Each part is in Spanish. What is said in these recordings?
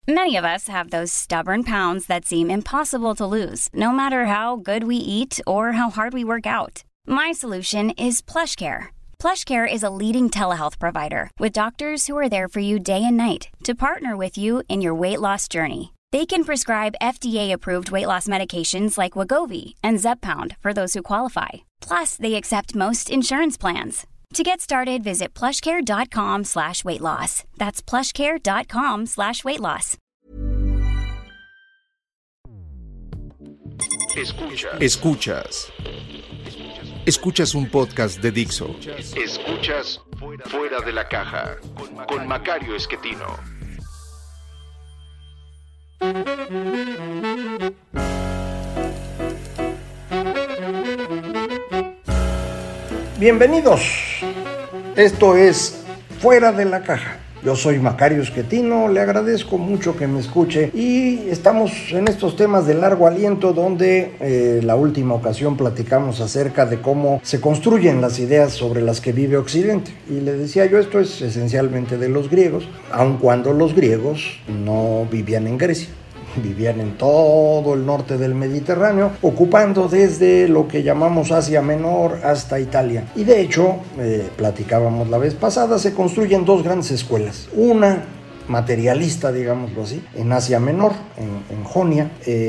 Many of us have those stubborn pounds that seem impossible to lose, no matter how good we eat or how hard we work out. My solution is PlushCare. PlushCare is a leading telehealth provider with doctors who are there for you day and night to partner with you in your weight loss journey. They can prescribe FDA-approved weight loss medications like Wegovy and Zepbound for those who qualify. Plus, they accept most insurance plans. To get started, visit plushcare.com/weightloss. That's plushcare.com/weightloss. Escuchas un podcast de Dixo. Escuchas Fuera de la Caja con Macario Esquetino. Bienvenidos, esto es Fuera de la Caja. Yo soy Macario Esquetino, le agradezco mucho que me escuche y estamos en estos temas de largo aliento donde la última ocasión platicamos acerca de cómo se construyen las ideas sobre las que vive Occidente. Y le decía yo, esto es esencialmente de los griegos, aun cuando los griegos no vivían en Grecia. Vivían en todo el norte del Mediterráneo, ocupando desde lo que llamamos Asia Menor hasta Italia. Y de hecho, platicábamos la vez pasada, se construyen dos grandes escuelas. Una materialista, digámoslo así, en Asia Menor, en Jonia,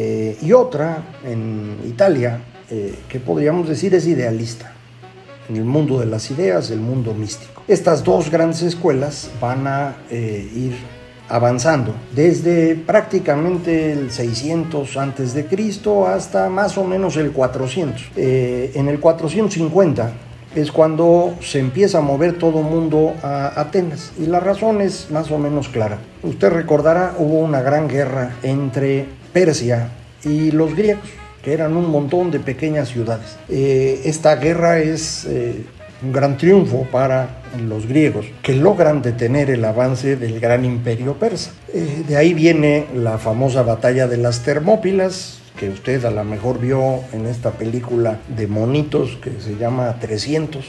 y otra en Italia, que podríamos decir es idealista, en el mundo de las ideas, el mundo místico. Estas dos grandes escuelas van a ir avanzando desde prácticamente el 600 antes de Cristo hasta más o menos el 400. En el 450 es cuando se empieza a mover todo el mundo a Atenas y la razón es más o menos clara. Usted recordará, hubo una gran guerra entre Persia y los griegos, que eran un montón de pequeñas ciudades. Esta guerra es un gran triunfo para los griegos, que logran detener el avance del gran imperio persa. De ahí viene la famosa batalla de las Termópilas, que usted a lo mejor vio en esta película de monitos que se llama 300,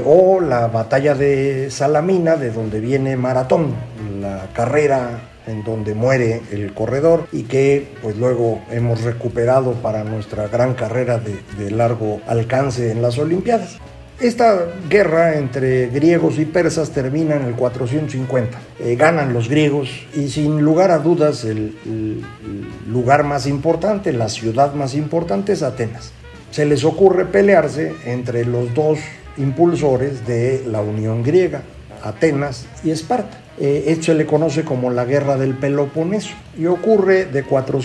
o la batalla de Salamina, de donde viene Maratón, la carrera en donde muere el corredor y que pues luego hemos recuperado para nuestra gran carrera de largo alcance en las Olimpiadas. Esta guerra entre griegos y persas termina en el 450. Ganan los griegos y sin lugar a dudas el lugar más importante, la ciudad más importante es Atenas. Se les ocurre pelearse entre los dos impulsores de la Unión Griega, Atenas y Esparta. Esto se le conoce como la Guerra del Peloponeso y ocurre de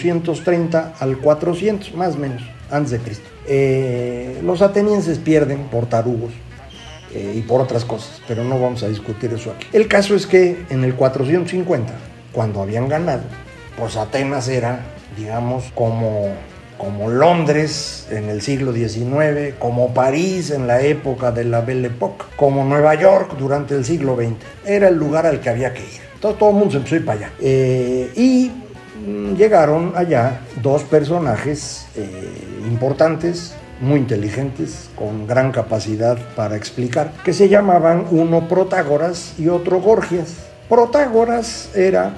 430 al 400, más o menos, antes de Cristo. Los atenienses pierden por tarugos y por otras cosas, pero no vamos a discutir eso aquí. El caso es que en el 450, cuando habían ganado, pues Atenas era, digamos, como Londres en el siglo XIX, como París en la época de la Belle Époque, como Nueva York durante el siglo XX. Era el lugar al que había que ir. Entonces todo el mundo se empezó a ir para allá. Y llegaron allá dos personajes importantes, muy inteligentes, con gran capacidad para explicar, que se llamaban uno Protágoras y otro Gorgias. Protágoras era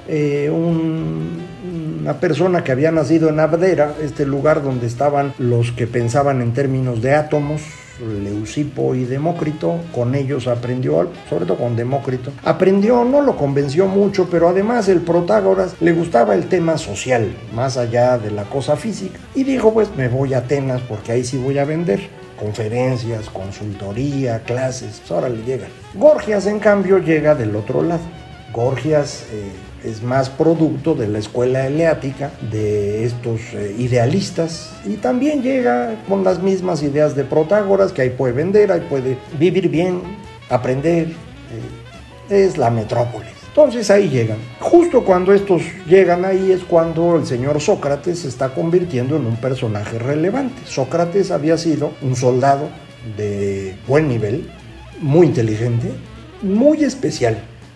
una persona que había nacido en Abdera, este lugar donde estaban los que pensaban en términos de átomos, Leucipo y Demócrito. Con ellos aprendió, sobre todo con Demócrito, no lo convenció mucho, pero además el Protágoras le gustaba el tema social, más allá de la cosa física, y dijo, pues me voy a Atenas porque ahí sí voy a vender conferencias, consultoría, clases, pues ahora le llegan. Gorgias, en cambio, llega del otro lado. Gorgias es más producto de la escuela eleática, de estos idealistas, y también llega con las mismas ideas de Protágoras, que ahí puede vender, ahí puede vivir bien, aprender, es la metrópolis. Entonces ahí llegan. Justo cuando estos llegan ahí es cuando el señor Sócrates se está convirtiendo en un personaje relevante. Sócrates había sido un soldado de buen nivel, muy inteligente, muy especial.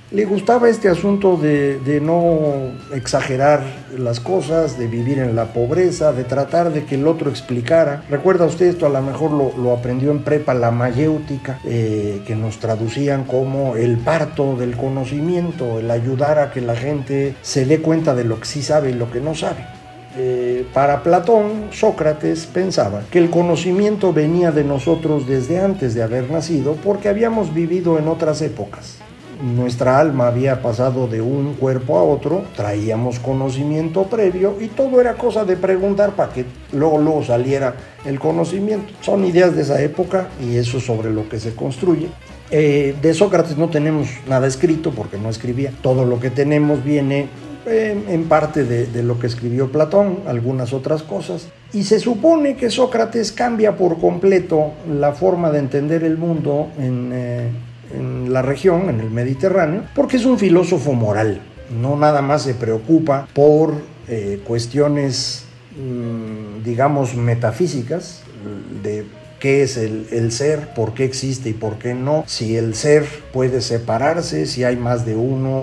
Le gustaba este asunto de no exagerar las cosas, de vivir en la pobreza, de tratar de que el otro explicara. Recuerda usted esto, a lo mejor lo aprendió en prepa, la mayéutica, que nos traducían como el parto del conocimiento, el ayudar a que la gente se dé cuenta de lo que sí sabe y lo que no sabe. Para Platón, Sócrates pensaba que el conocimiento venía de nosotros desde antes de haber nacido porque habíamos vivido en otras épocas. Nuestra alma había pasado de un cuerpo a otro, traíamos conocimiento previo y todo era cosa de preguntar para que luego saliera el conocimiento. Son ideas de esa época y eso es sobre lo que se construye. De Sócrates no tenemos nada escrito porque no escribía. Todo lo que tenemos viene en parte de lo que escribió Platón, algunas otras cosas. Y se supone que Sócrates cambia por completo la forma de entender el mundo en la región, en el Mediterráneo, porque es un filósofo moral. No nada más se preocupa por cuestiones, digamos, metafísicas, de qué es el ser, por qué existe y por qué no, si el ser puede separarse, si hay más de uno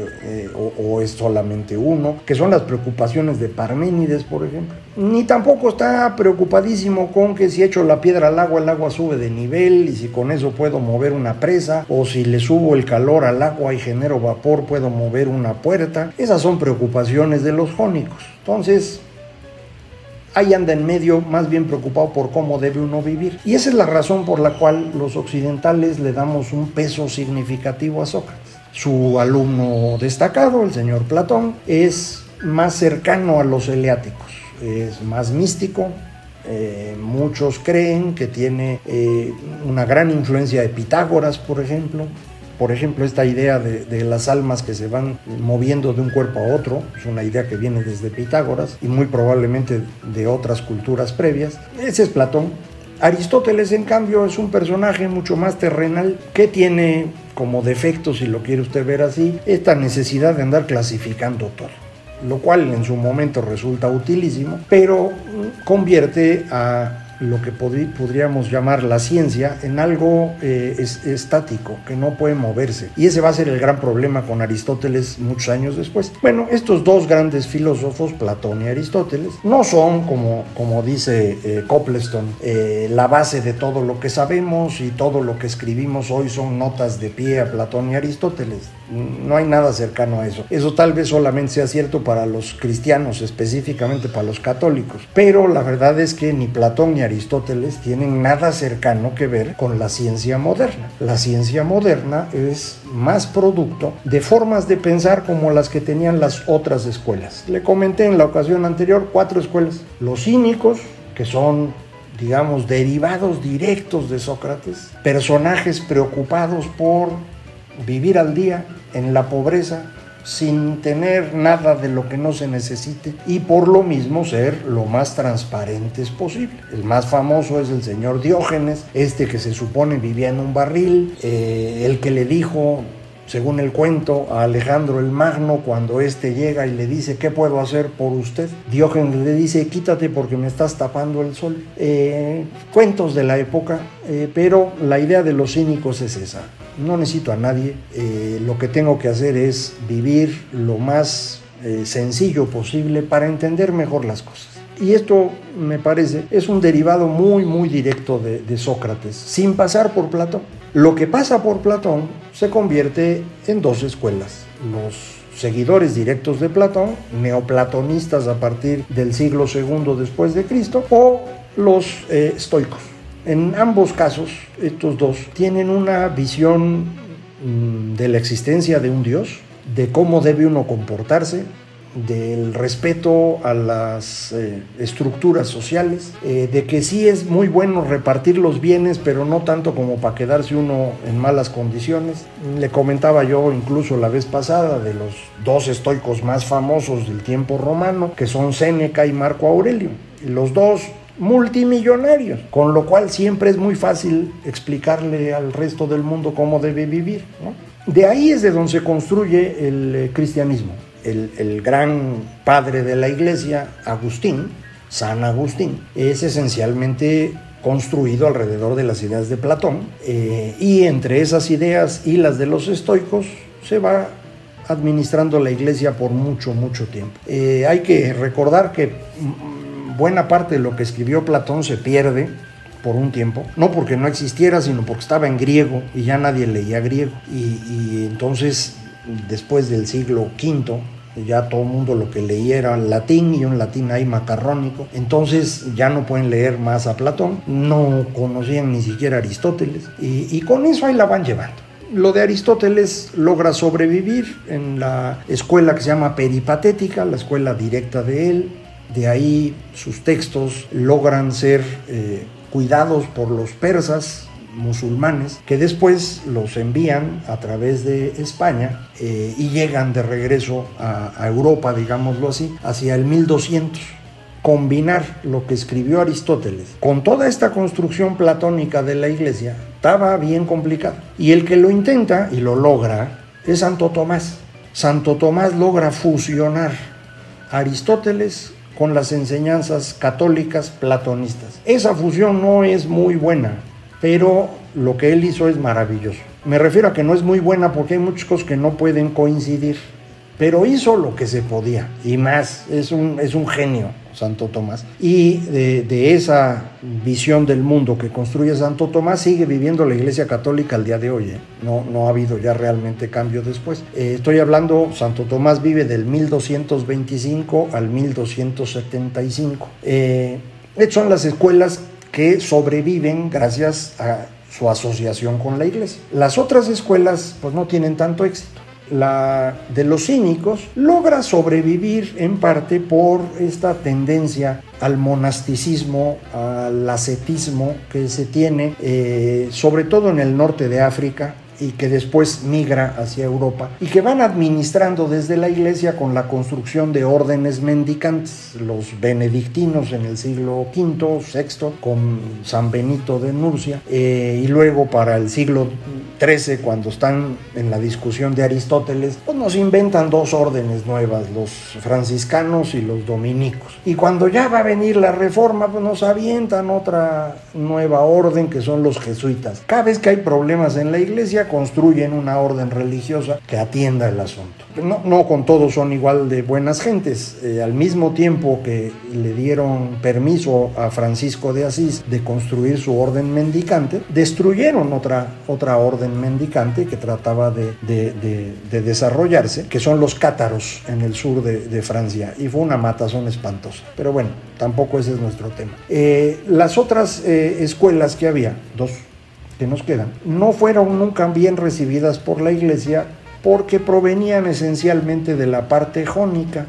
o es solamente uno, que son las preocupaciones de Parménides, por ejemplo. Ni tampoco está preocupadísimo con que si echo la piedra al agua, el agua sube de nivel y si con eso puedo mover una presa, o si le subo el calor al agua y genero vapor, puedo mover una puerta. Esas son preocupaciones de los jónicos. Entonces, ahí anda en medio, más bien preocupado por cómo debe uno vivir. Y esa es la razón por la cual los occidentales le damos un peso significativo a Sócrates. Su alumno destacado, el señor Platón, es más cercano a los eleáticos, es más místico. Muchos creen que tiene una gran influencia de Pitágoras, por ejemplo. Por ejemplo, esta idea de las almas que se van moviendo de un cuerpo a otro, es una idea que viene desde Pitágoras y muy probablemente de otras culturas previas. Ese es Platón. Aristóteles, en cambio, es un personaje mucho más terrenal que tiene como defecto, si lo quiere usted ver así, esta necesidad de andar clasificando todo, lo cual en su momento resulta utilísimo, pero convierte a lo que podríamos llamar la ciencia en algo estático, que no puede moverse. Y ese va a ser el gran problema con Aristóteles muchos años después. Bueno, estos dos grandes filósofos, Platón y Aristóteles, no son, como dice Copleston, la base de todo lo que sabemos y todo lo que escribimos hoy son notas de pie a Platón y Aristóteles. No hay nada cercano a eso. Eso tal vez solamente sea cierto para los cristianos, específicamente para los católicos. Pero la verdad es que ni Platón ni Aristóteles tienen nada cercano que ver con la ciencia moderna. La ciencia moderna es más producto de formas de pensar como las que tenían las otras escuelas. Le comenté en la ocasión anterior 4 escuelas. Los cínicos, que son, digamos, derivados directos de Sócrates, personajes preocupados por vivir al día en la pobreza, sin tener nada de lo que no se necesite y por lo mismo ser lo más transparentes posible. El más famoso es el señor Diógenes, que se supone vivía en un barril, el que le dijo, según el cuento, a Alejandro el Magno cuando llega y le dice: ¿qué puedo hacer por usted? Diógenes le dice: quítate porque me estás tapando el sol. Cuentos de la época, pero la idea de los cínicos es esa. No necesito a nadie, lo que tengo que hacer es vivir lo más sencillo posible para entender mejor las cosas. Y esto, me parece, es un derivado muy, muy directo de Sócrates, sin pasar por Platón. Lo que pasa por Platón se convierte en 2 escuelas. Los seguidores directos de Platón, neoplatonistas a partir del siglo II después de Cristo, o los estoicos. En ambos casos, estos dos tienen una visión de la existencia de un Dios, de cómo debe uno comportarse, del respeto a las estructuras sociales, de que sí es muy bueno repartir los bienes, pero no tanto como para quedarse uno en malas condiciones. Le comentaba yo incluso la vez pasada de los 2 estoicos más famosos del tiempo romano, que son Séneca y Marco Aurelio. Los dos multimillonarios, con lo cual siempre es muy fácil explicarle al resto del mundo cómo debe vivir, ¿no? De ahí es de donde se construye el cristianismo. El gran padre de la iglesia, Agustín, San Agustín, es esencialmente construido alrededor de las ideas de Platón, y entre esas ideas y las de los estoicos se va administrando la Iglesia por mucho tiempo. Hay que recordar que buena parte de lo que escribió Platón se pierde por un tiempo, no porque no existiera, sino porque estaba en griego y ya nadie leía griego. Y entonces, después del siglo V, ya todo el mundo lo que leía era latín, y un latín ahí macarrónico. Entonces ya no pueden leer más a Platón, no conocían ni siquiera a Aristóteles, y con eso ahí la van llevando. Lo de Aristóteles logra sobrevivir en la escuela que se llama peripatética, la escuela directa de él. De ahí sus textos logran ser cuidados por los persas musulmanes, que después los envían a través de España y llegan de regreso a Europa, digámoslo así, hacia el 1200. Combinar lo que escribió Aristóteles con toda esta construcción platónica de la Iglesia estaba bien complicado. Y el que lo intenta y lo logra es Santo Tomás. Santo Tomás logra fusionar a Aristóteles con las enseñanzas católicas platonistas. Esa fusión no es muy buena, pero lo que él hizo es maravilloso. Me refiero a que no es muy buena porque hay muchas cosas que no pueden coincidir, pero hizo lo que se podía y más. Es un genio Santo Tomás, y de esa visión del mundo que construye Santo Tomás sigue viviendo la Iglesia Católica al día de hoy. No ha habido ya realmente cambio después. Estoy hablando, Santo Tomás vive del 1225 al 1275. Estas son las escuelas que sobreviven gracias a su asociación con la Iglesia. Las otras escuelas pues no tienen tanto éxito. La de los cínicos logra sobrevivir en parte por esta tendencia al monasticismo, al ascetismo que se tiene sobre todo en el norte de África, y que después migra hacia Europa, y que van administrando desde la Iglesia con la construcción de órdenes mendicantes, los benedictinos en el siglo V, VI, con San Benito de Nurcia, y luego para el siglo XIII, cuando están en la discusión de Aristóteles, pues nos inventan dos órdenes nuevas, los franciscanos y los dominicos, y cuando ya va a venir la Reforma, pues nos avientan otra nueva orden que son los jesuitas. Cada vez que hay problemas en la Iglesia, construyen una orden religiosa que atienda el asunto. No con todos son igual de buenas gentes. Al mismo tiempo que le dieron permiso a Francisco de Asís de construir su orden mendicante, destruyeron otra orden mendicante que trataba de desarrollarse, que son los cátaros en el sur de Francia, y fue una matazón espantosa. Pero bueno, tampoco ese es nuestro tema. Las otras escuelas que había, dos que nos quedan, no fueron nunca bien recibidas por la Iglesia porque provenían esencialmente de la parte jónica.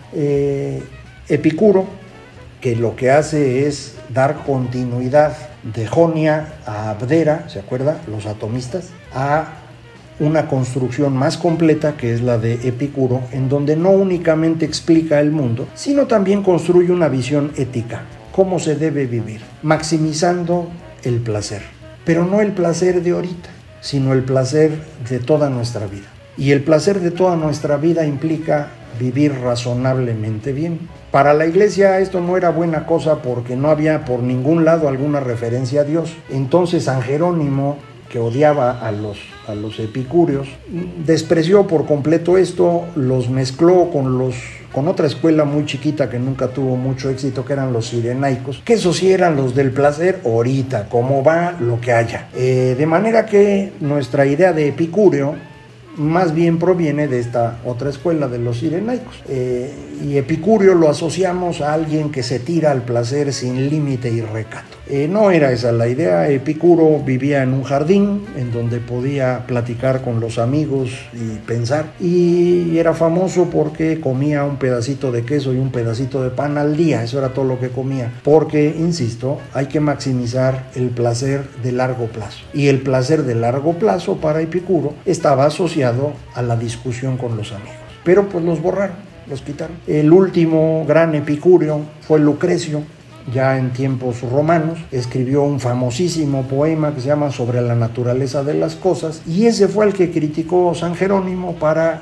Epicuro, que lo que hace es dar continuidad de Jonia a Abdera, ¿se acuerda? Los atomistas, a una construcción más completa que es la de Epicuro, en donde no únicamente explica el mundo, sino también construye una visión ética, cómo se debe vivir, maximizando el placer. Pero no el placer de ahorita, sino el placer de toda nuestra vida. Y el placer de toda nuestra vida implica vivir razonablemente bien. Para la Iglesia esto no era buena cosa porque no había por ningún lado alguna referencia a Dios. Entonces San Jerónimo, que odiaba a los epicúreos, despreció por completo esto, los mezcló con otra escuela muy chiquita que nunca tuvo mucho éxito, que eran los cirenaicos, que esos sí eran los del placer ahorita, como va lo que haya. De manera que nuestra idea de epicúreo más bien proviene de esta otra escuela de los cirenaicos. Y epicúreo lo asociamos a alguien que se tira al placer sin límite y recato. No era esa la idea. Epicuro vivía en un jardín en donde podía platicar con los amigos y pensar, y era famoso porque comía un pedacito de queso y un pedacito de pan al día. Eso era todo lo que comía, porque, insisto, hay que maximizar el placer de largo plazo, y el placer de largo plazo para Epicuro estaba asociado a la discusión con los amigos, pero pues los borraron, los quitaron. El último gran epicúreo fue Lucrecio, ya en tiempos romanos. Escribió un famosísimo poema que se llama Sobre la naturaleza de las cosas, y ese fue el que criticó San Jerónimo para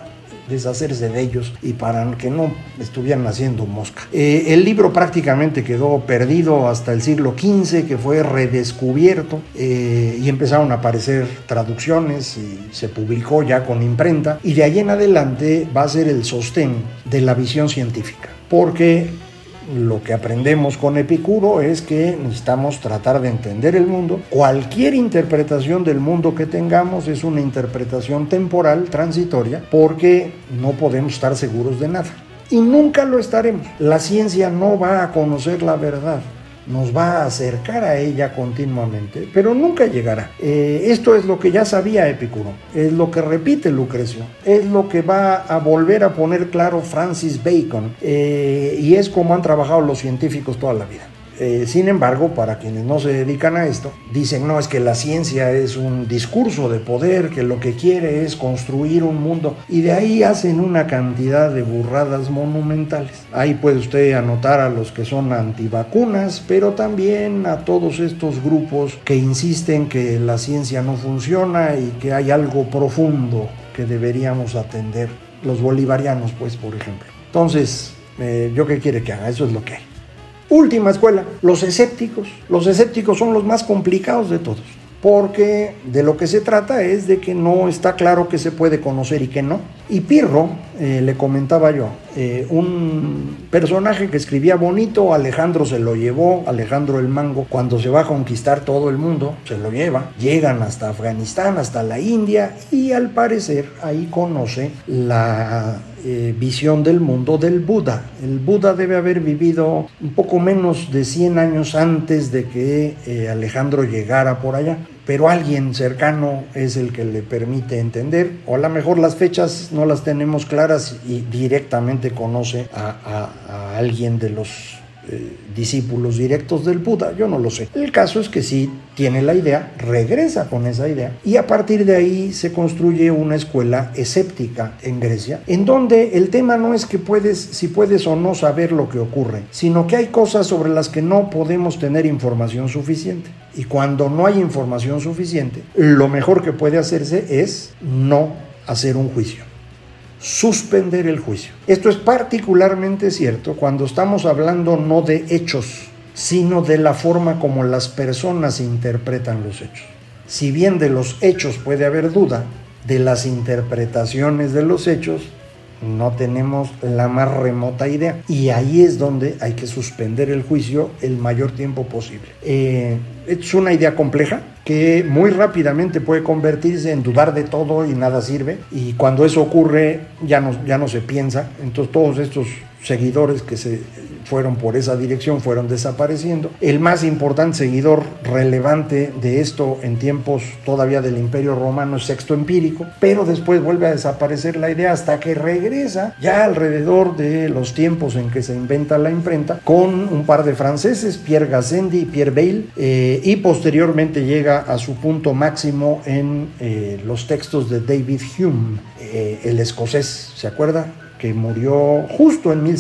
deshacerse de ellos y para que no estuvieran haciendo mosca. El libro prácticamente quedó perdido hasta el siglo XV, que fue redescubierto y empezaron a aparecer traducciones y se publicó ya con imprenta, y de ahí en adelante va a ser el sostén de la visión científica, porque lo que aprendemos con Epicuro es que necesitamos tratar de entender el mundo. Cualquier interpretación del mundo que tengamos es una interpretación temporal, transitoria, porque no podemos estar seguros de nada. Y nunca lo estaremos. La ciencia no va a conocer la verdad. Nos va a acercar a ella continuamente, pero nunca llegará. Esto es lo que ya sabía Epicuro, es lo que repite Lucrecio, es lo que va a volver a poner claro Francis Bacon, y es como han trabajado los científicos toda la vida. Sin embargo, para quienes no se dedican a esto, dicen, no, es que la ciencia es un discurso de poder, que lo que quiere es construir un mundo, y de ahí hacen una cantidad de burradas monumentales. Ahí puede usted anotar a los que son antivacunas, pero también a todos estos grupos que insisten que la ciencia no funciona y que hay algo profundo que deberíamos atender. Los bolivarianos, pues, por ejemplo. Entonces, ¿yo qué quiere que haga? Eso es lo que hay. Última escuela, los escépticos. Los escépticos son los más complicados de todos, porque de lo que se trata es de que no está claro qué se puede conocer y qué no. Y Pirro, le comentaba yo, un personaje que escribía bonito, Alejandro se lo llevó, Alejandro el Mango, cuando se va a conquistar todo el mundo, se lo lleva, llegan hasta Afganistán, hasta la India, y al parecer ahí conoce la visión del mundo del Buda. El Buda debe haber vivido un poco menos de 100 años antes de que Alejandro llegara por allá, pero alguien cercano es el que le permite entender, o a lo mejor las fechas no las tenemos claras y directamente conoce a alguien de los discípulos directos del Buda, yo no lo sé. El caso es que sí tiene la idea, regresa con esa idea, y a partir de ahí se construye una escuela escéptica en Grecia, en donde el tema no es que si puedes o no saber lo que ocurre, sino que hay cosas sobre las que no podemos tener información suficiente. Y cuando no hay información suficiente, lo mejor que puede hacerse es no hacer un juicio, suspender el juicio. Esto es particularmente cierto cuando estamos hablando no de hechos, sino de la forma como las personas interpretan los hechos. Si bien de los hechos puede haber duda, de las interpretaciones de los hechos no tenemos la más remota idea, y ahí es donde hay que suspender el juicio el mayor tiempo posible. Es una idea compleja que muy rápidamente puede convertirse en dudar de todo y nada sirve, y cuando eso ocurre ya no se piensa. Entonces todos estos seguidores que se fueron por esa dirección fueron desapareciendo. El más importante seguidor relevante de esto en tiempos todavía del Imperio Romano es Sexto Empírico, pero después vuelve a desaparecer la idea hasta que regresa ya alrededor de los tiempos en que se inventa la imprenta, con un par de franceses, Pierre Gassendi y Pierre Bayle, y posteriormente llega a su punto máximo en los textos de David Hume, el escocés, ¿se acuerda?, que murió justo en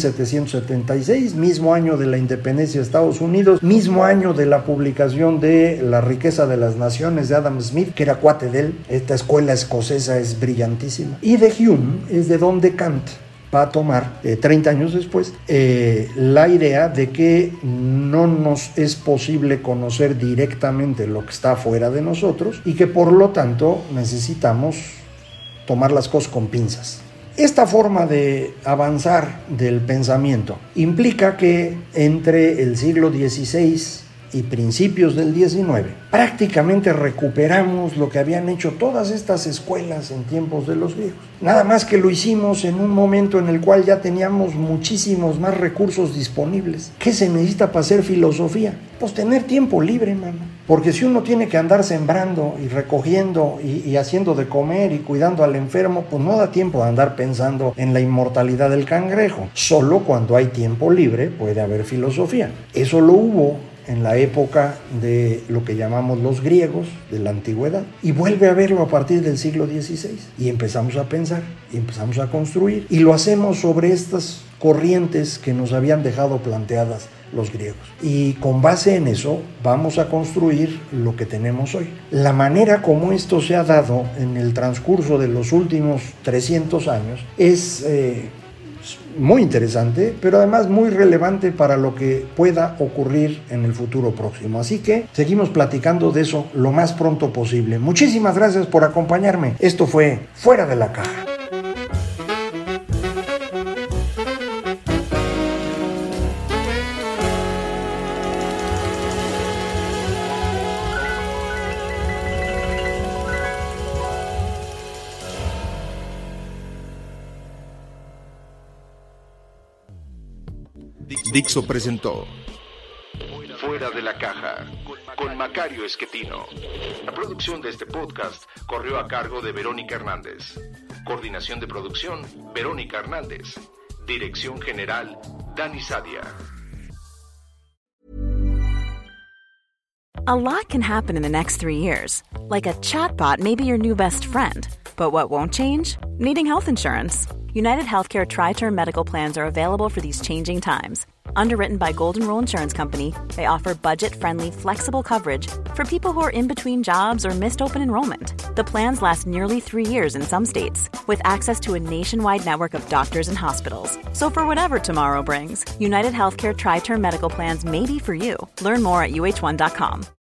1776, mismo año de la independencia de Estados Unidos, mismo año de la publicación de La riqueza de las naciones de Adam Smith, que era cuate de él. Esta escuela escocesa es brillantísima. Y de Hume es de donde Kant va a tomar, 30 años después, la idea de que no nos es posible conocer directamente lo que está fuera de nosotros, y que por lo tanto necesitamos tomar las cosas con pinzas. Esta forma de avanzar del pensamiento implica que entre el siglo XVI y principios del XIX prácticamente recuperamos lo que habían hecho todas estas escuelas en tiempos de los griegos. Nada más que lo hicimos en un momento en el cual ya teníamos muchísimos más recursos disponibles. ¿Qué se necesita para hacer filosofía? Pues tener tiempo libre, mano. Porque si uno tiene que andar sembrando y recogiendo y haciendo de comer y cuidando al enfermo, pues no da tiempo de andar pensando en la inmortalidad del cangrejo. Solo cuando hay tiempo libre puede haber filosofía. Eso lo hubo en la época de lo que llamamos los griegos de la antigüedad, y vuelve a verlo a partir del siglo XVI, y empezamos a pensar y empezamos a construir, y lo hacemos sobre estas corrientes que nos habían dejado planteadas los griegos. Y con base en eso vamos a construir lo que tenemos hoy. La manera como esto se ha dado en el transcurso de los últimos 300 años es muy interesante, pero además muy relevante para lo que pueda ocurrir en el futuro próximo. Así que seguimos platicando de eso lo más pronto posible. Muchísimas gracias por acompañarme. Esto fue Fuera de la Caja. Dixo presentó Fuera de la Caja con Macario Esquetino. La producción de este podcast corrió a cargo de Verónica Hernández. Coordinación de producción, Verónica Hernández. Dirección general, Dani Sadia. A lot can happen in the next 3 years. Like a chatbot may be your new best friend. But what won't change? Needing health insurance. United Healthcare Tri-Term Medical Plans are available for these changing times. Underwritten by Golden Rule Insurance Company, they offer budget-friendly, flexible coverage for people who are in between jobs or missed open enrollment. The plans last nearly 3 years in some states, with access to a nationwide network of doctors and hospitals. So for whatever tomorrow brings, United Healthcare Tri-Term Medical Plans may be for you. Learn more at uh1.com.